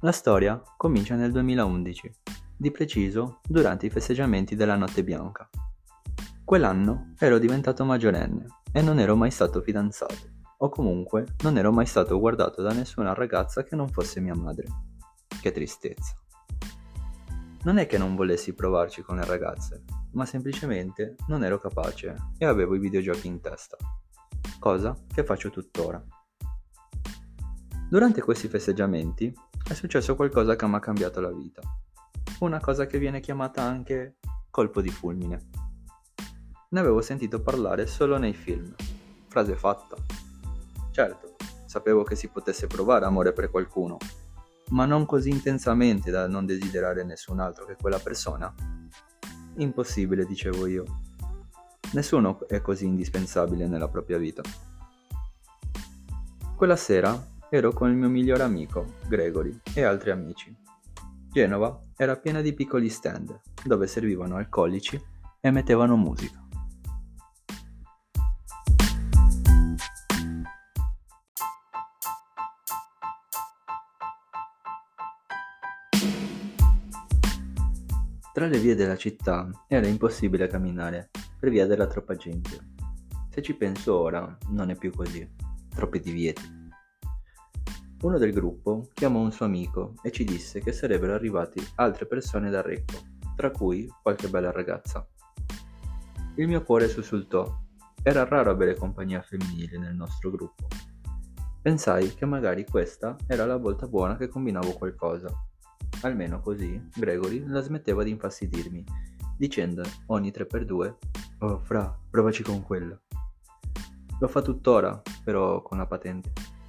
La storia comincia nel 2011, di preciso durante i festeggiamenti della Notte Bianca. Quell'anno ero diventato maggiorenne e non ero mai stato fidanzato, o comunque non ero mai stato guardato da nessuna ragazza che non fosse mia madre. Che tristezza. Non è che non volessi provarci con le ragazze, ma semplicemente non ero capace e avevo i videogiochi in testa, cosa che faccio tuttora. Durante questi festeggiamenti è successo qualcosa che mi ha cambiato la vita. Una cosa che viene chiamata anche colpo di fulmine. Ne avevo sentito parlare solo nei film. Frase fatta. Certo, sapevo che si potesse provare amore per qualcuno, ma non così intensamente da non desiderare nessun altro che quella persona. Impossibile, dicevo io. Nessuno è così indispensabile nella propria vita. Quella sera ero con il mio migliore amico, Gregory, e altri amici. Genova era piena di piccoli stand, dove servivano alcolici e mettevano musica. Tra le vie della città era impossibile camminare, per via della troppa gente. Se ci penso ora, non è più così. Troppi divieti. Uno del gruppo chiamò un suo amico e ci disse che sarebbero arrivati altre persone da Recco, tra cui qualche bella ragazza. Il mio cuore sussultò. Era raro avere compagnia femminile nel nostro gruppo. Pensai che magari questa era la volta buona che combinavo qualcosa. Almeno così Gregory la smetteva di infastidirmi, dicendo ogni 3x2: "Oh, fra, provaci con quello." Lo fa tuttora, però con la patente.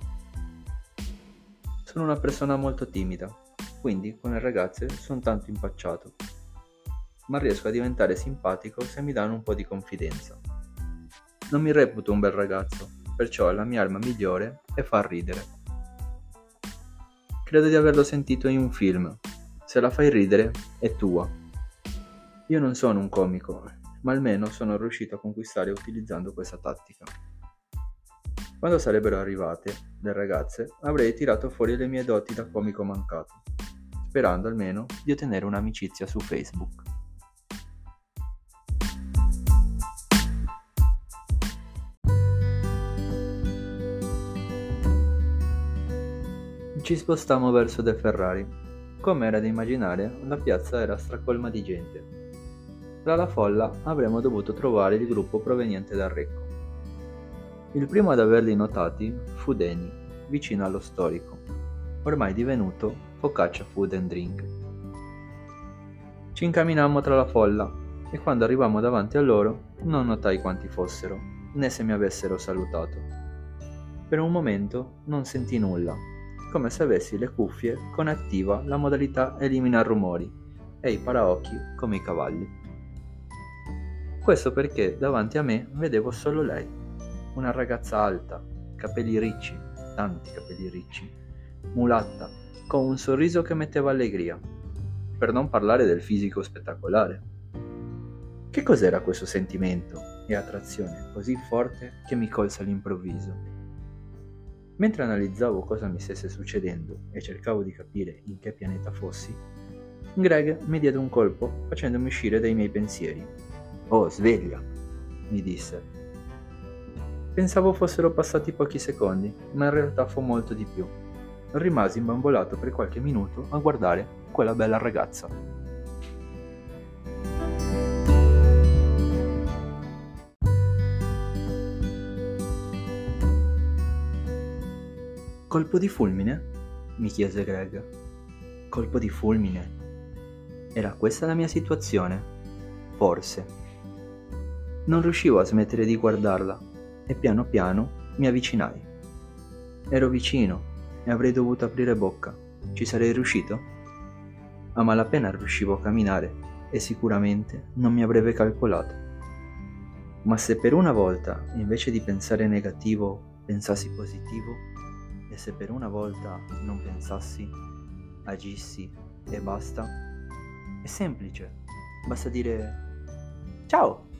Sono una persona molto timida, quindi con le ragazze sono tanto impacciato, ma riesco a diventare simpatico se mi danno un po' di confidenza. Non mi reputo un bel ragazzo, perciò la mia arma migliore è far ridere. Credo di averlo sentito in un film. Se la fai ridere, è tua. Io non sono un comico, ma almeno sono riuscito a conquistare utilizzando questa tattica. Quando sarebbero arrivate le ragazze, avrei tirato fuori le mie doti da comico mancato, sperando almeno di ottenere un'amicizia su Facebook. Ci spostammo verso De Ferrari. Come era da immaginare, la piazza era stracolma di gente. Tra la folla avremmo dovuto trovare il gruppo proveniente dal Recco. Il primo ad averli notati fu Danny, vicino allo storico, ormai divenuto Focaccia Food and Drink. Ci incamminammo tra la folla e quando arrivammo davanti a loro non notai quanti fossero, né se mi avessero salutato. Per un momento non sentii nulla, come se avessi le cuffie con attiva la modalità elimina rumori e i paraocchi come i cavalli. Questo perché davanti a me vedevo solo lei. Una ragazza alta, capelli ricci, tanti capelli ricci, mulatta, con un sorriso che metteva allegria, per non parlare del fisico spettacolare. Che cos'era questo sentimento e attrazione così forte che mi colse all'improvviso? Mentre analizzavo cosa mi stesse succedendo e cercavo di capire in che pianeta fossi, Greg mi diede un colpo facendomi uscire dai miei pensieri. "Oh, sveglia!" mi disse. Pensavo fossero passati pochi secondi, ma in realtà fu molto di più. Rimasi imbambolato per qualche minuto a guardare quella bella ragazza. Colpo di fulmine? Mi chiese Greg. Colpo di fulmine? Era questa la mia situazione? Forse. Non riuscivo a smettere di guardarla. E piano piano mi avvicinai. Ero vicino e avrei dovuto aprire bocca. Ci sarei riuscito? A malapena riuscivo a camminare e sicuramente non mi avrebbe calcolato. Ma se per una volta, invece di pensare negativo, pensassi positivo, e se per una volta non pensassi, agissi e basta, è semplice. Basta dire ciao!